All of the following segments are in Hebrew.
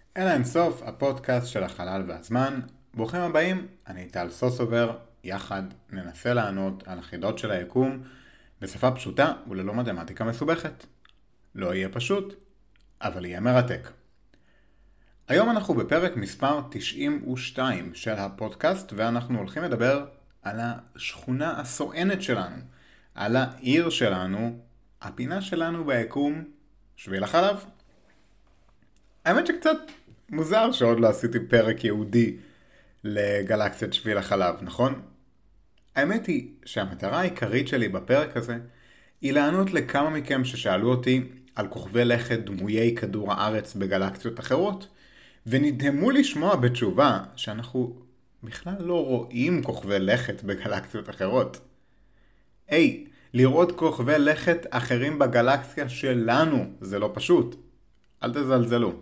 אל האינסוף, הפודקאסט של החלל והזמן. ברוכים הבאים, אני טל סוסובר, יחד ננסה לענות על החידות של היקום בשפה פשוטה וללא מתמטיקה מסובכת. לא יהיה פשוט, אבל יהיה מרתק. היום אנחנו בפרק מספר 92 של הפודקאסט, ואנחנו הולכים לדבר על השכונה הסואנת שלנו, על העיר שלנו, הפינה שלנו ביקום, שביל החלב. האמת שקצת מוזר שעוד לא עשיתי פרק יהודי לגלקסיית שביל החלב, נכון? האמת היא שהמטרה העיקרית שלי בפרק הזה היא לענות לכמה מכם ששאלו אותי על כוכבי לכת דמויי כדור הארץ בגלקסיות אחרות, ונדהמו לשמוע בתשובה שאנחנו בכלל לא רואים כוכבי לכת בגלקסיות אחרות. לראות כוכבי לכת אחרים בגלקסיה שלנו זה לא פשוט. אל תזלזלו.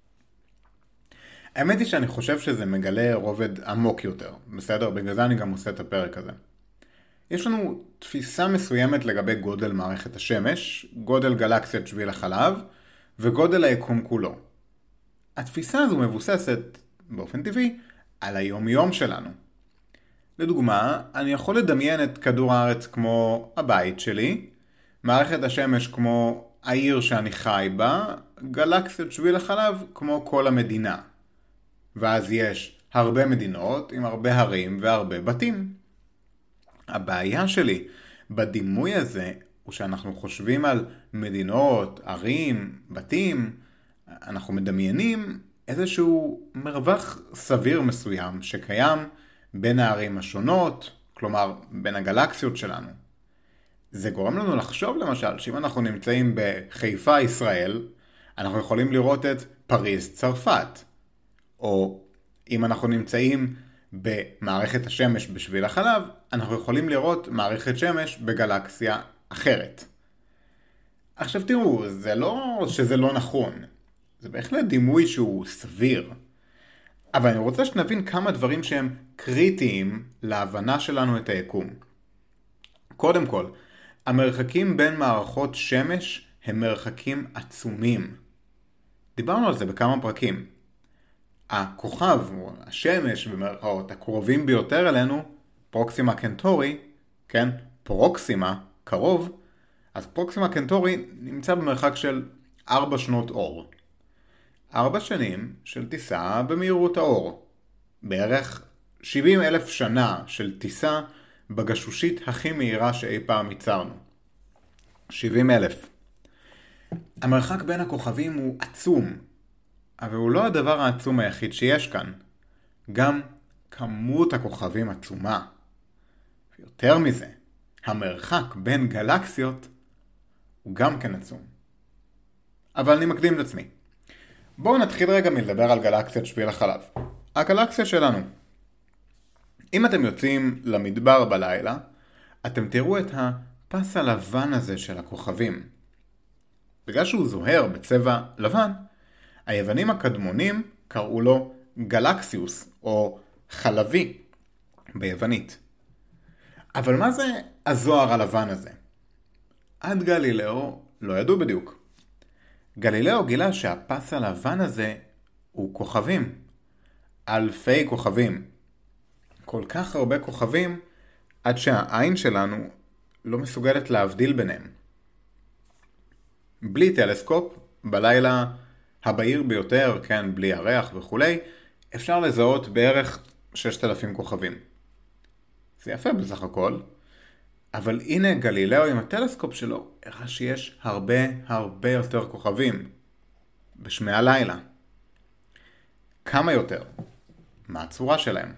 האמת היא שאני חושב שזה מגלה רובד עמוק יותר, בסדר? בגלל זה אני גם עושה את הפרק הזה. יש לנו תפיסה מסוימת לגבי גודל מערכת השמש, גודל גלקסיית שביל החלב, וגודל היקום כולו. התפיסה הזו מבוססת, באופן טבעי, על היום-יום שלנו. לדוגמה, אני יכול לדמיין את כדור הארץ כמו הבית שלי, מערכת השמש כמו העיר שאני חי בה, גלקסיית שביל החלב כמו כל המדינה. ואז יש הרבה מדינות עם הרבה הרים והרבה בתים. הבעיה שלי בדימוי הזה הוא שאנחנו חושבים על מדינות, ערים, בתים, אנחנו מדמיינים איזשהו מרווח סביר מסוים שקיים בין הערים השונות, כלומר בין הגלקסיות שלנו. זה גורם לנו לחשוב למשל שאם אנחנו נמצאים בחיפה ישראל, אנחנו יכולים לראות את פריז צרפת. או אם אנחנו נמצאים במערכת השמש בשביל החלב, אנחנו יכולים לראות מערכת שמש בגלקסיה אחרת. עכשיו תראו, זה לא שזה לא נכון. זה בהחלט דימוי שהוא סביר. אבל אני רוצה שנבין כמה דברים שהם קריטיים להבנה שלנו את היקום. קודם כל, המרחקים בין מערכות שמש הם מרחקים עצומים. דיברנו על זה בכמה פרקים. הכוכב, או השמש במרכאות, הקרובים ביותר אלינו, פרוקסימה קנטורי, כן, פרוקסימה, קרוב, אז פרוקסימה קנטורי נמצא במרחק של 4 שנות אור. 4 שנים של טיסה במהירות האור. בערך 70,000 שנה של טיסה בגשושית הכי מהירה שאי פעם ייצרנו. 70,000. המרחק בין הכוכבים הוא עצום, אבל הוא לא הדבר העצום היחיד שיש כאן. גם כמות הכוכבים עצומה. ויותר מזה, המרחק בין גלקסיות הוא גם כן עצום. אבל אני מקדים את עצמי. בואו נתחיל רגע מלדבר על גלקסיית שביל החלב. הגלקסיה שלנו. אם אתם יוצאים למדבר בלילה, אתם תראו את הפס הלבן הזה של הכוכבים. בגלל שהוא זוהר בצבע לבן, היוונים הקדמונים קראו לו גלקסיוס או חלבי ביוונית. אבל מה זה הזוהר הלבן הזה? עד גלילאו לא ידעו בדיוק. גלילאו גילה שהפס הלבן הזה הוא כוכבים. אלפי כוכבים. כל כך הרבה כוכבים עד שהעין שלנו לא מסוגלת להבדיל ביניהם. בלי טלסקופ, בלילה הבהיר ביותר, כן, בלי ירח וכולי, אפשר לזהות בערך 6,000 כוכבים. זה יפה בסך הכל, אבל הנה גלילאו עם הטלסקופ שלו הראה שיש הרבה יותר כוכבים בשמי הלילה. כמה יותר? מה הצורה שלהם?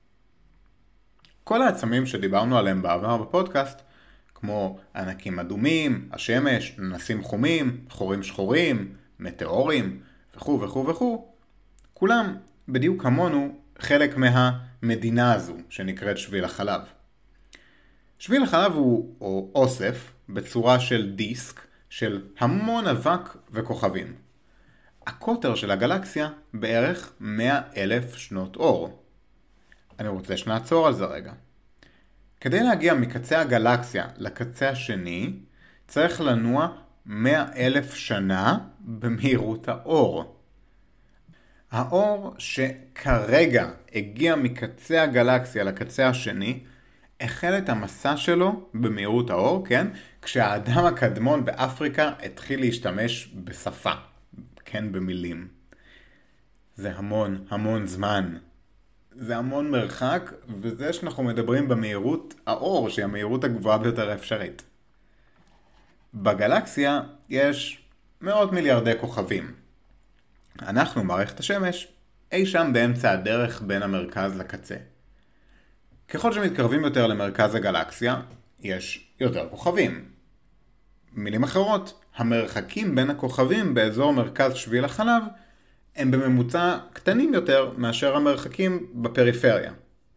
כל העצמים שדיברנו עליהם בעבר בפודקאסט, כמו ענקים אדומים, השמש, ננסים חומים, חורים שחורים, מטאורים וכו' וכו' וכו', כולם בדיוק כמונו חלק מהמדינה הזו שנקראת שביל החלב. שביל החלב הוא אוסף בצורה של דיסק של המון אבק וכוכבים. הקוטר של הגלקסיה בערך 100,000 שנות אור. אני רוצה שנעצור על זה רגע. כדי להגיע מקצה הגלקסיה לקצה השני, צריך לנוע 100,000 שנה במהירות האור. האור שכרגע הגיע מקצה הגלקסיה לקצה השני, החל את המסע שלו במהירות האור, כן? כשהאדם הקדמון באפריקה התחיל להשתמש בשפה, כן, במילים. זה המון, המון זמן. זה המון מרחק, וזה שאנחנו מדברים במהירות האור, שהיא המהירות הגבוהה ביותר האפשרית. בגלקסיה יש מאות מיליארדי כוכבים. אנחנו, מערכת השמש, אי שם באמצע הדרך בין המרכז לקצה. ככל שמתקרבים יותר למרכז הגלקסיה, יש יותר כוכבים. במילים אחרות, המרחקים בין הכוכבים באזור מרכז שביל החלב הם בממוצע קטנים יותר מאשר המרחקים בפריפריה.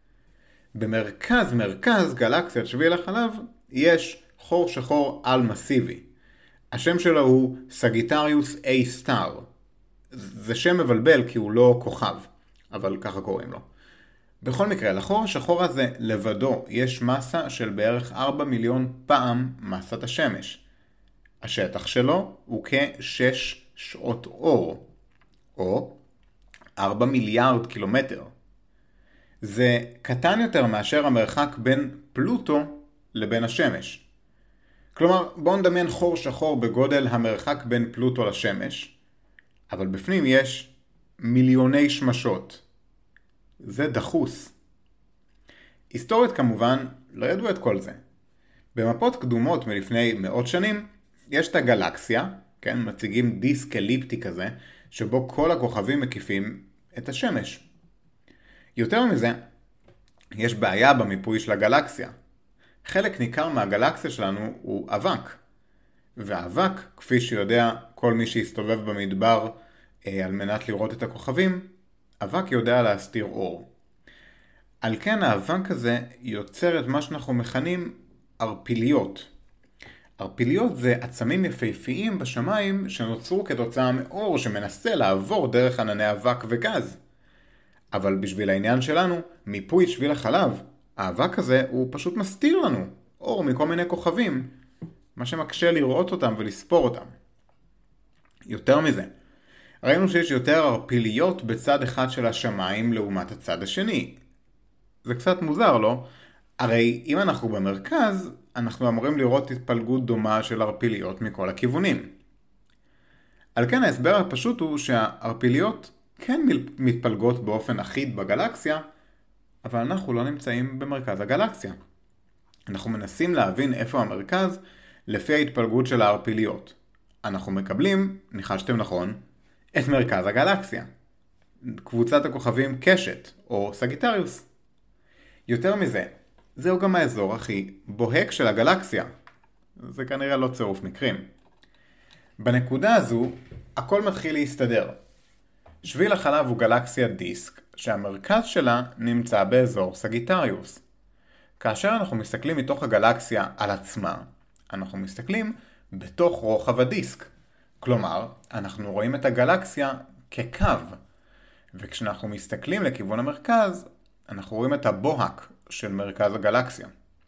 במרכז גלקסיית שביל החלב יש חור שחור על מסיבי. השם שלו הוא סגיטריוס A סטאר. זה שם מבלבל כי הוא לא כוכב, אבל ככה קוראים לו. בכל מקרה, לחור השחור הזה לבדו יש מסה של בערך 4 מיליון פעם מסת השמש. השטח שלו הוא כ-6 שעות אור, או 4 מיליארד קילומטר. זה קטן יותר מאשר המרחק בין פלוטו לבין השמש. כלומר, בואו נדמיין חור שחור בגודל המרחק בין פלוטו לשמש, אבל בפנים יש מיליוני שמשות. זה דחוס. היסטורית כמובן לא ידעו את כל זה. במפות קדומות מלפני מאות שנים יש את הגלקסיה, כן, מציגים דיסק אליפטי כזה, שבו כל הכוכבים מקיפים את השמש. יותר מזה, יש בעיה במיפוי של הגלקסיה. חלק ניכר מהגלקסיה שלנו הוא אבק. והאבק, כפי שיודע כל מי שיסתובב במדבר על מנת לראות את הכוכבים, אבק יודע להסתיר אור. על כן האבק הזה יוצר את מה שאנחנו מכנים ערפיליות. ערפיליות זה עצמים יפהפיים בשמיים שנוצרו כתוצאה מאור שמנסה לעבור דרך ענני אבק וגז. אבל בשביל העניין שלנו, מיפוי שביל החלב, האבק הזה הוא פשוט מסתיר לנו אור מכל מיני כוכבים, מה שמקשה לראות אותם ולספור אותם. יותר מזה, ראינו שיש יותר ערפיליות בצד אחד של השמיים לעומת הצד השני. זה קצת מוזר, לא? הרי אם אנחנו במרכז, אנחנו אמורים לראות התפלגות דומה של ערפיליות מכל הכיוונים. על כן ההסבר הפשוט הוא שהערפיליות כן מתפלגות באופן אחיד בגלקסיה, אבל אנחנו לא נמצאים במרכז הגלקסיה. אנחנו מנסים להבין איפה המרכז לפי ההתפלגות של הערפיליות. אנחנו מקבלים, ניחשתם נכון, את מרכז הגלקסיה. קבוצת הכוכבים קשת, או סגיטריוס. יותר מזה, זהו גם האזור הכי בוהק של הגלקסיה. זה כנראה לא צירוף מקרים. בנקודה הזו, הכל מתחיל להסתדר. שביל החלב הוא גלקסיה דיסק, שהמרכז שלה נמצא באזור סגיטריוס. כאשר אנחנו מסתכלים מתוך הגלקסיה על עצמה, אנחנו מסתכלים בתוך רוחב הדיסק. כלומר, אנחנו רואים את הגלקסיה כקו. וכשאנחנו מסתכלים לכיוון המרכז, אנחנו רואים את הבוהק של מרכז הגלקסיה.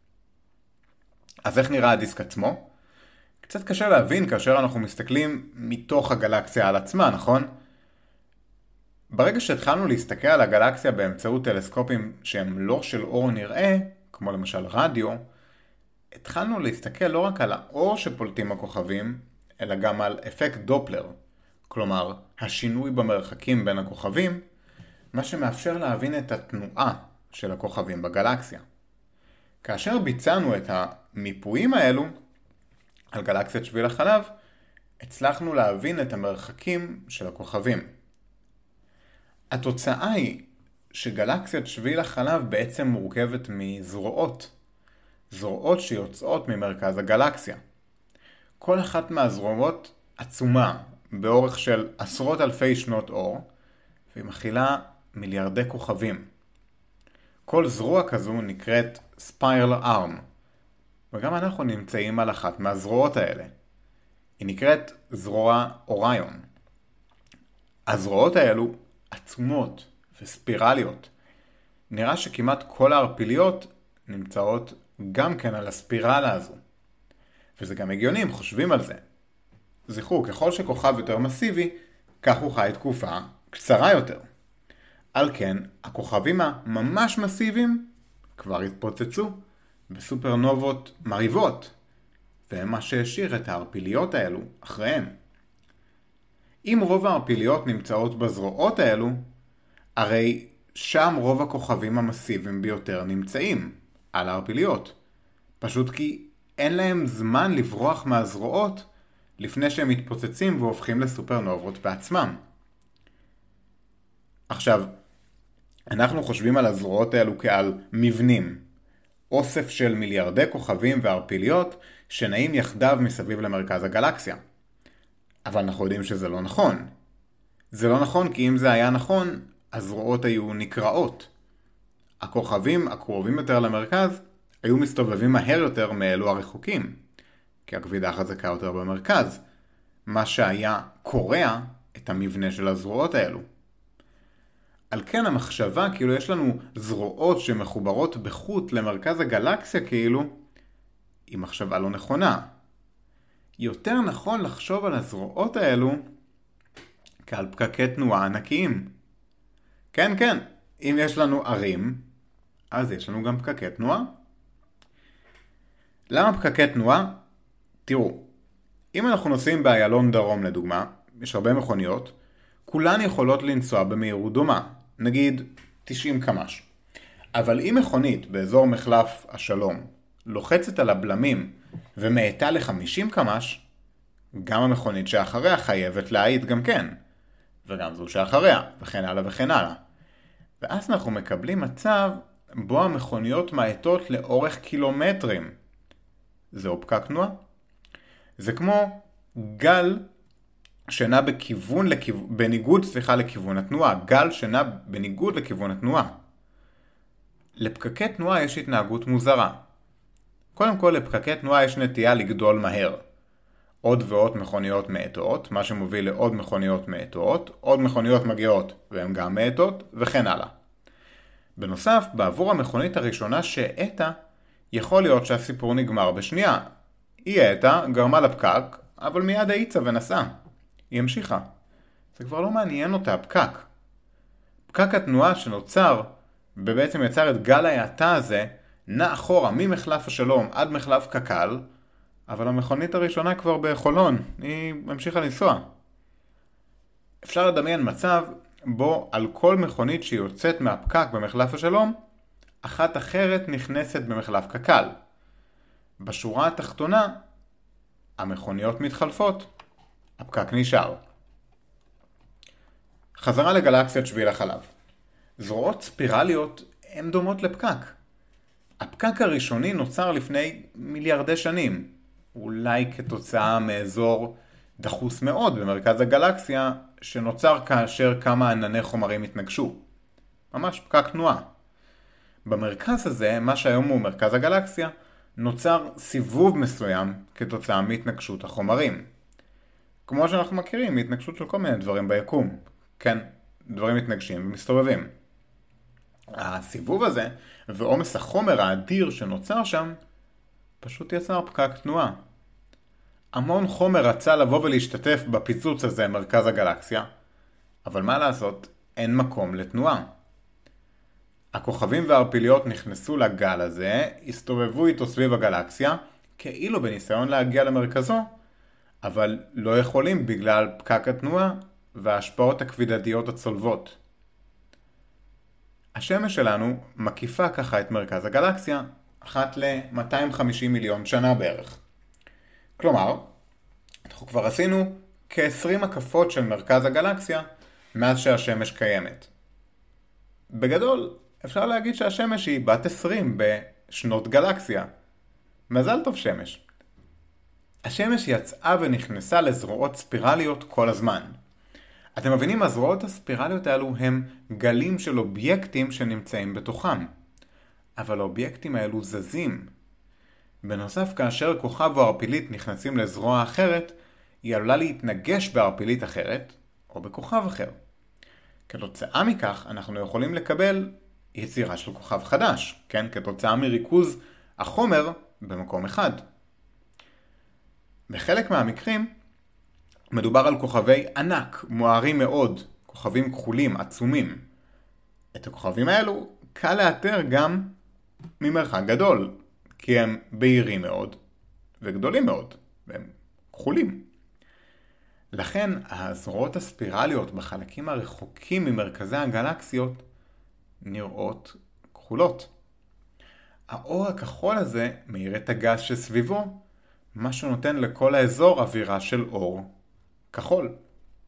אז איך נראה הדיסק עצמו? קצת קשה להבין כאשר אנחנו מסתכלים מתוך הגלקסיה על עצמה, נכון? ברגע שהתחלנו להסתכל על הגלקסיה באמצעות טלסקופים שהם לא של אור נראה, כמו למשל רדיו, התחלנו להסתכל לא רק על האור שפולטים הכוכבים, אלא גם על אפקט דופלר, כלומר השינוי במרחקים בין הכוכבים, מה שמאפשר להבין את התנועה של הכוכבים בגלקסיה. כאשר ביצענו את המיפויים האלו על גלקסיית שביל החלב, הצלחנו להבין את המרחקים של הכוכבים. התוצאה היא שגלקסיית שביל החלב בעצם מורכבת מזרועות, זרועות שיוצאות ממרכז הגלקסיה. כל אחת מהזרועות עצומה באורך של עשרות אלפי שנות אור, והיא מכילה מיליארדי כוכבים. כל זרוע כזו נקראת ספיירל ארם, וגם אנחנו נמצאים על אחת מהזרועות האלה. היא נקראת זרוע אוריון. הזרועות האלו עצומות וספירליות. נראה שכמעט כל הערפיליות נמצאות גם כן על הספירלה הזו. וזה גם הגיוני אם חושבים על זה. זכרו, ככל שכוכב יותר מסיבי, כך הוא חי תקופה קצרה יותר. על כן, הכוכבים הממש מסיביים כבר התפוצצו בסופרנובות מריבות, ומה שהשאיר את הערפיליות האלו אחריהם. אם רוב הערפיליות נמצאות בזרועות האלו, הרי שם רוב הכוכבים המסיביים ביותר נמצאים, על הערפיליות. פשוט כי אין להם זמן לברוח מהזרועות לפני שהם מתפוצצים והופכים לסופרנובות בעצמם. עכשיו, אנחנו חושבים על הזרועות האלו כעל מבנים, אוסף של מיליארדי כוכבים וערפיליות שנעים יחדיו מסביב למרכז הגלקסיה. אבל אנחנו יודעים שזה לא נכון. זה לא נכון כי אם זה היה נכון, הזרועות היו נקראות. הכוכבים הקרובים יותר למרכז היו מסתובבים מהר יותר מאלו הרחוקים, כי הכבידה חזקה יותר במרכז, מה שהיה קורע את המבנה של הזרועות האלו. על כן המחשבה כאילו יש לנו זרועות שמחוברות בחוט למרכז הגלקסיה כאילו, היא מחשבה לא נכונה. יותר נכון לחשוב על הזרועות האלו כעל פקקי תנועה ענקיים. כן, אם יש לנו ערים, אז יש לנו גם פקקי תנועה. למה פקקי תנועה? תראו, אם אנחנו נוסעים באיילון דרום לדוגמה, יש הרבה מכוניות, כולן יכולות לנסוע במהירות דומה, נגיד 90 קמ"ש. אבל אם מכונית באזור מחלף השלום לוחצת על הבלמים ומאטה ל-50 קמ"ש, גם המכונית שאחריה חייבת להאט גם כן, וגם זו שאחריה, וכן הלאה וכן הלאה. ואז אנחנו מקבלים מצב בו המכוניות מאטות לאורך קילומטרים. זהו פקק תנועה. זה כמו גל שנע בניגוד לכיוון התנועה. גל שנע בניגוד לכיוון התנועה. לפקקי תנועה יש התנהגות מוזרה. קודם כל, לפקקי תנועה יש נטייה לגדול מהר. עוד ועוד מכוניות מאטות, מה שמוביל לעוד מכוניות מאטות, עוד מכוניות מגיעות והן גם מאטות, וכן הלאה. בנוסף, בעבור המכונית הראשונה שהאטה, יכול להיות שהסיפור נגמר בשנייה. היא האטה, גרמה לפקק, אבל מיד האיצה ונסעה. היא המשיכה. זה כבר לא מעניין אותה הפקק. פקק התנועה שנוצר, ובעצם יצר את גל ההאטה הזה, נע אחורה ממחלף השלום עד מחלף קק"ל, אבל המכונית הראשונה כבר בחולון, היא המשיכה לנסוע. אפשר לדמיין מצב בו על כל מכונית שיוצאת מהפקק במחלף השלום, אחת אחרת נכנסת במחלף קק"ל. בשורה התחתונה, המכוניות מתחלפות, הפקק נשאר. חזרה לגלקסיית שביל החלב. זרועות ספירליות הן דומות לפקק. הפקק הראשוני נוצר לפני מיליארדי שנים, אולי כתוצאה מאזור דחוס מאוד במרכז הגלקסיה, שנוצר כאשר כמה ענני חומרים התנגשו. ממש פקק תנועה. במרכז הזה, מה שהיום הוא מרכז הגלקסיה, נוצר סיבוב מסוים כתוצאה מהתנגשות החומרים. כמו שאנחנו מכירים, מהתנגשות של כל מיני דברים ביקום. כן, דברים מתנגשים ומסתובבים. הסיבוב הזה ועומס החומר האדיר שנוצר שם פשוט יצר פקק תנועה. המון חומר רצה לבוא ולהשתתף בפיצוץ הזה מרכז הגלקסיה, אבל מה לעשות? אין מקום לתנועה. הכוכבים והערפיליות נכנסו לגל הזה, הסתובבו איתו סביב הגלקסיה, כאילו בניסיון להגיע למרכזו, אבל לא יכולים בגלל פקק התנועה וההשפעות הכבידתיות הצולבות. השמש שלנו מקיפה ככה את מרכז הגלקסיה, אחת ל-250 מיליון שנה בערך. כלומר, אנחנו כבר עשינו כ-20 הקפות של מרכז הגלקסיה מאז שהשמש קיימת. בגדול, אפשר להגיד שהשמש היא בת 20 בשנות גלקסיה. מזל טוב שמש. השמש יצאה ונכנסה לזרועות ספירליות כל הזמן. אתם מבינים, הזרועות הספירליות האלו הם גלים של אובייקטים שנמצאים בתוכם. אבל האובייקטים האלו זזים. בנוסף, כאשר כוכב או ערפילית נכנסים לזרוע אחרת, היא עלולה להתנגש בערפילית אחרת או בכוכב אחר. כתוצאה מכך, אנחנו יכולים לקבל יצירה של כוכב חדש, כן? כתוצאה מריכוז החומר במקום אחד. בחלק מהמקרים, מדובר על כוכבי ענק, מוארים מאוד, כוכבים כחולים, עצומים. את הכוכבים האלו קל לאתר גם ממרחק גדול, כי הם בהירים מאוד וגדולים מאוד, והם כחולים. לכן הזרועות הספירליות בחלקים הרחוקים ממרכזי הגלקסיות נראות כחולות. האור הכחול הזה מאיר את הגז שסביבו, מה שנותן לכל האזור אווירה של אור כחול.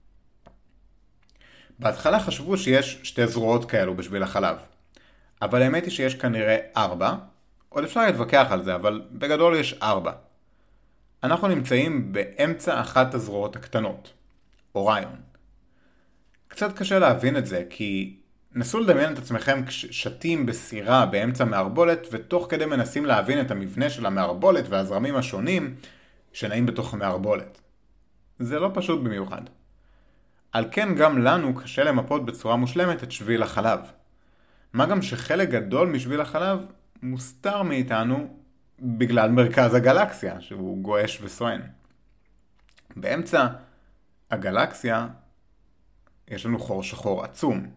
בהתחלה חשבו שיש 2 זרועות כאלו בשביל החלב, אבל האמת היא שיש כנראה 4, עוד אפשר להתווכח על זה, אבל בגדול יש 4. אנחנו נמצאים באמצע אחת הזרועות הקטנות, אוריון. קצת קשה להבין את זה, כי נסו לדמיין את עצמכם כששתים בסירה באמצע מערבולת, ותוך כדי מנסים להבין את המבנה של המערבולת והזרמים השונים שנעים בתוך המערבולת. זה לא פשוט במיוחד. על כן גם לנו קשה למפות בצורה מושלמת את שביל החלב. מה גם שחלק גדול משביל החלב מוסתר מאיתנו בגלל מרכז הגלקסיה, שהוא גועש וסואן. באמצע הגלקסיה יש לנו חור שחור עצום.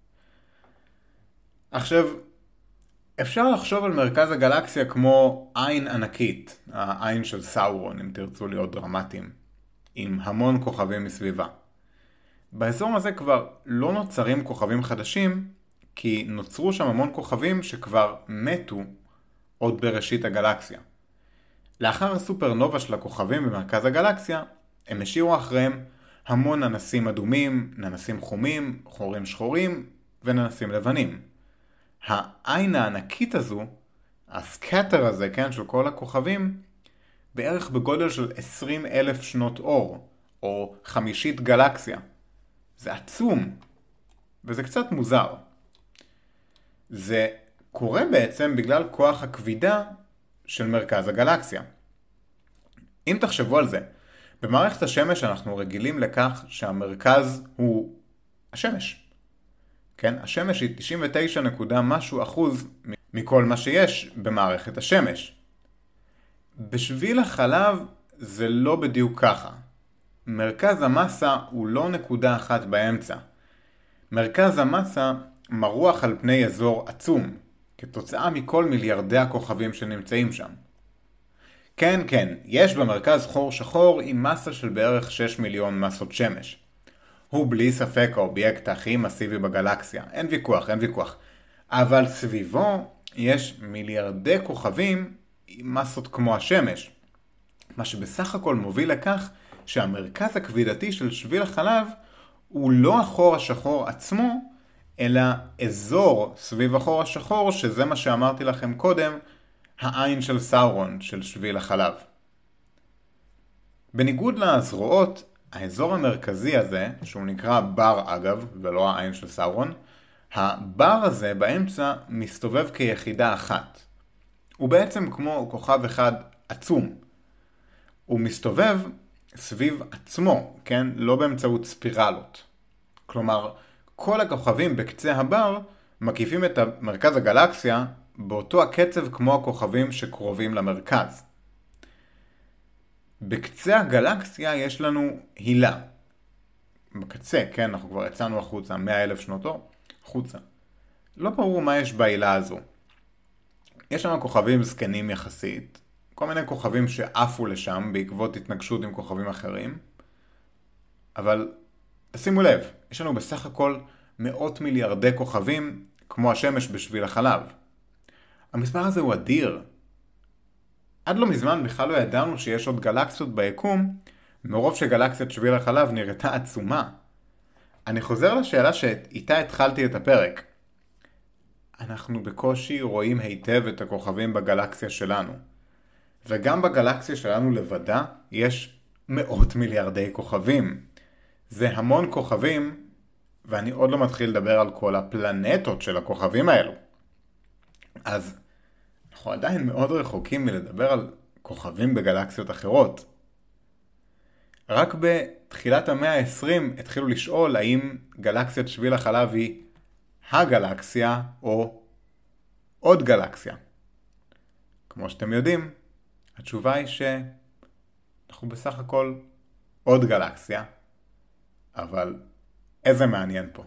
עכשיו, אפשר לחשוב על מרכז הגלקסיה כמו עין ענקית, העין של סאורון, אם תרצו להיות דרמטיים, עם המון כוכבים מסביבה. באזור הזה כבר לא נוצרים כוכבים חדשים, כי נוצרו שם המון כוכבים שכבר מתו עוד בראשית הגלקסיה. לאחר הסופרנובה של הכוכבים במרכז הגלקסיה, הם השאירו אחריהם המון ננסים אדומים, ננסים חומים, חורים שחורים וננסים לבנים. העין הענקית הזו, הסקטר הזה, כן, של כל הכוכבים, בערך בגודל של 20,000 שנות אור, או 1/5 גלקסיה. זה עצום, וזה קצת מוזר. זה קורה בעצם בגלל כוח הכבידה של מרכז הגלקסיה. אם תחשבו על זה, במערכת השמש אנחנו רגילים לכך שהמרכז הוא השמש. כן, השמש היא 99% מכל מה שיש במערכת השמש. בשביל החלב זה לא בדיוק ככה. מרכז המסה הוא לא נקודה אחת באמצע. מרכז המסה מרוח על פני אזור עצום, כתוצאה מכל מיליארדי הכוכבים שנמצאים שם. כן, יש במרכז חור שחור עם מסה של בערך 6 מיליון מסות שמש. הוא בלי ספק האובייקט הכי מסיבי בגלקסיה, אין ויכוח. אבל סביבו יש מיליארדי כוכבים עם מסות כמו השמש, מה שבסך הכל מוביל לכך שהמרכז הכבידתי של שביל החלב הוא לא החור השחור עצמו, אלא אזור סביב החור השחור, שזה מה שאמרתי לכם קודם, העין של סאורון של שביל החלב. בניגוד לזרועות, האזור המרכזי הזה, שהוא נקרא בר אגב, ולא העין של סאורון, הבר הזה באמצע מסתובב כיחידה אחת. הוא בעצם כמו כוכב אחד עצום. הוא מסתובב סביב עצמו, כן? לא באמצעות ספירלות. כלומר, כל הכוכבים בקצה הבר מקיפים את מרכז הגלקסיה באותו הקצב כמו הכוכבים שקרובים למרכז. בקצה הגלקסיה יש לנו הילה. בקצה, כן, אנחנו כבר יצאנו החוצה, 100,000 שנות אור, החוצה. לא ברור מה יש בהילה הזו. יש שם כוכבים זקנים יחסית, כל מיני כוכבים שעפו לשם בעקבות התנגשות עם כוכבים אחרים. אבל תשימו לב, יש לנו בסך הכל מאות מיליארדי כוכבים כמו השמש בשביל החלב. המספר הזה הוא אדיר. עד לא מזמן בכלל לא ידענו שיש עוד גלקסיות ביקום, מרוב שגלקסיית שביל החלב נראתה עצומה. אני חוזר לשאלה שאיתה התחלתי את הפרק. אנחנו בקושי רואים היטב את הכוכבים בגלקסיה שלנו. וגם בגלקסיה שלנו לבדה יש מאות מיליארדי כוכבים. זה המון כוכבים, ואני עוד לא מתחיל לדבר על כל הפלנטות של הכוכבים האלו. אז אנחנו עדיין מאוד רחוקים מלדבר על כוכבים בגלקסיות אחרות. רק בתחילת המאה ה-20 התחילו לשאול האם גלקסיית שביל החלב היא הגלקסיה או עוד גלקסיה. כמו שאתם יודעים, התשובה היא שאנחנו בסך הכל עוד גלקסיה, אבל איזה מעניין פה.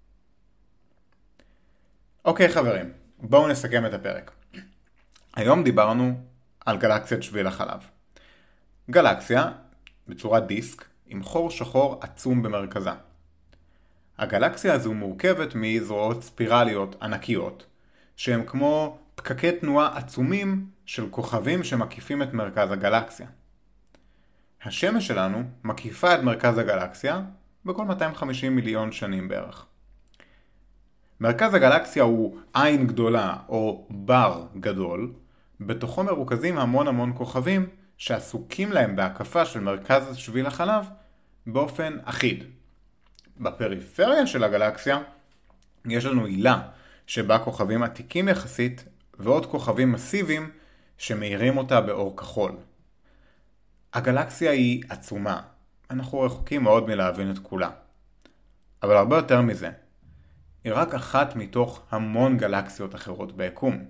אוקיי חברים, בואו נסכם את הפרק. היום דיברנו על גלקסיית שביל החלב. גלקסיה בצורת דיסק עם חור שחור עצום במרכזה. הגלקסיה הזו מורכבת מזרועות ספירליות ענקיות, שהם כמו פקקי תנועה עצומים של כוכבים שמקיפים את מרכז הגלקסיה. השמש שלנו מקיפה את מרכז הגלקסיה בכל 250 מיליון שנים בערך. מרכז הגלקסיה הוא עין גדולה או בר גדול, בתוכו מרוכזים המון כוכבים שעסוקים להם בהקפה של מרכז שביל החלב באופן אחיד. בפריפריה של הגלקסיה יש לנו עילה שבה כוכבים עתיקים יחסית ועוד כוכבים מסיביים שמאירים אותה באור כחול. הגלקסיה היא עצומה, אנחנו רחוקים מאוד מלהבין את כולה. אבל הרבה יותר מזה, היא רק אחת מתוך המון גלקסיות אחרות ביקום.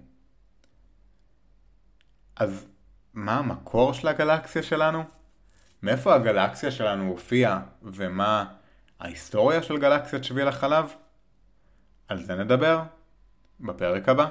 אז מה המקור של הגלקסיה שלנו? מאיפה הגלקסיה שלנו הופיעה ומה ההיסטוריה של גלקסיית שביל החלב? על זה נדבר בפרק הבא.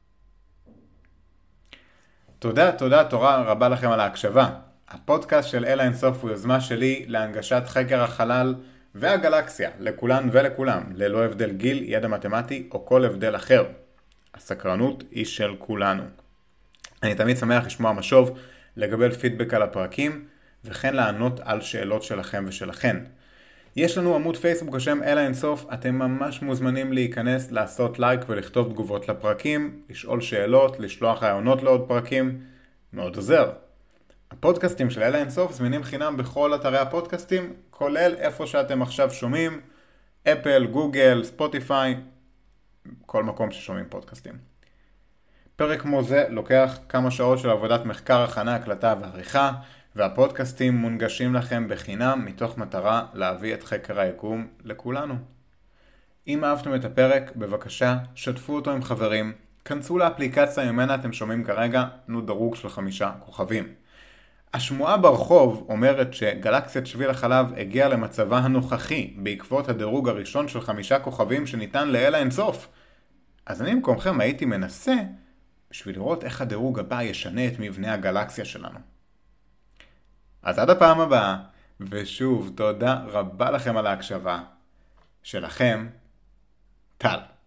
תודה רבה לכם על ההקשבה. הפודקאסט של אל האינסוף הוא יוזמה שלי להנגשת חקר החלל והגלקסיה לכולן ולכולם, ללא הבדל גיל, ידע מתמטי או כל הבדל אחר. הסקרנות היא של כולנו. אני תמיד שמח לשמוע משוב, לקבל פידבק על הפרקים וכן לענות על שאלות שלכם ושלכן. יש לנו עמוד פייסבוק השם אל האינסוף, אתם ממש מוזמנים להיכנס, לעשות לייק ולכתוב תגובות לפרקים, לשאול שאלות, לשלוח רעיונות לעוד פרקים, מאוד עוזר. הפודקאסטים של אל האינסוף זמינים חינם בכל אתרי הפודקאסטים, כולל איפה שאתם עכשיו שומעים, אפל, גוגל, ספוטיפיי, כל מקום ששומעים פודקאסטים. פרק כמו זה לוקח כמה שעות של עבודת מחקר, הכנה, הקלטה ועריכה, והפודקאסטים מונגשים לכם בחינם מתוך מטרה להביא את חקר היקום לכולנו. אם אהבתם את הפרק, בבקשה, שתפו אותו עם חברים, כנסו לאפליקציה ממנה אתם שומעים כרגע, תנו דירוג של 5 כוכבים. השמועה ברחוב אומרת שגלקסיית שביל החלב הגיעה למצבה הנוכחי בעקבות הדירוג הראשון של 5 כוכבים שניתן לאל האינסוף. אז אני במקומכם הייתי מנסה בשביל לראות איך הדירוג הבא ישנה את מבנה הגלקסיה שלנו. אז עד הפעם הבאה, ושוב תודה רבה לכם על ההקשבה. שלכם, טל.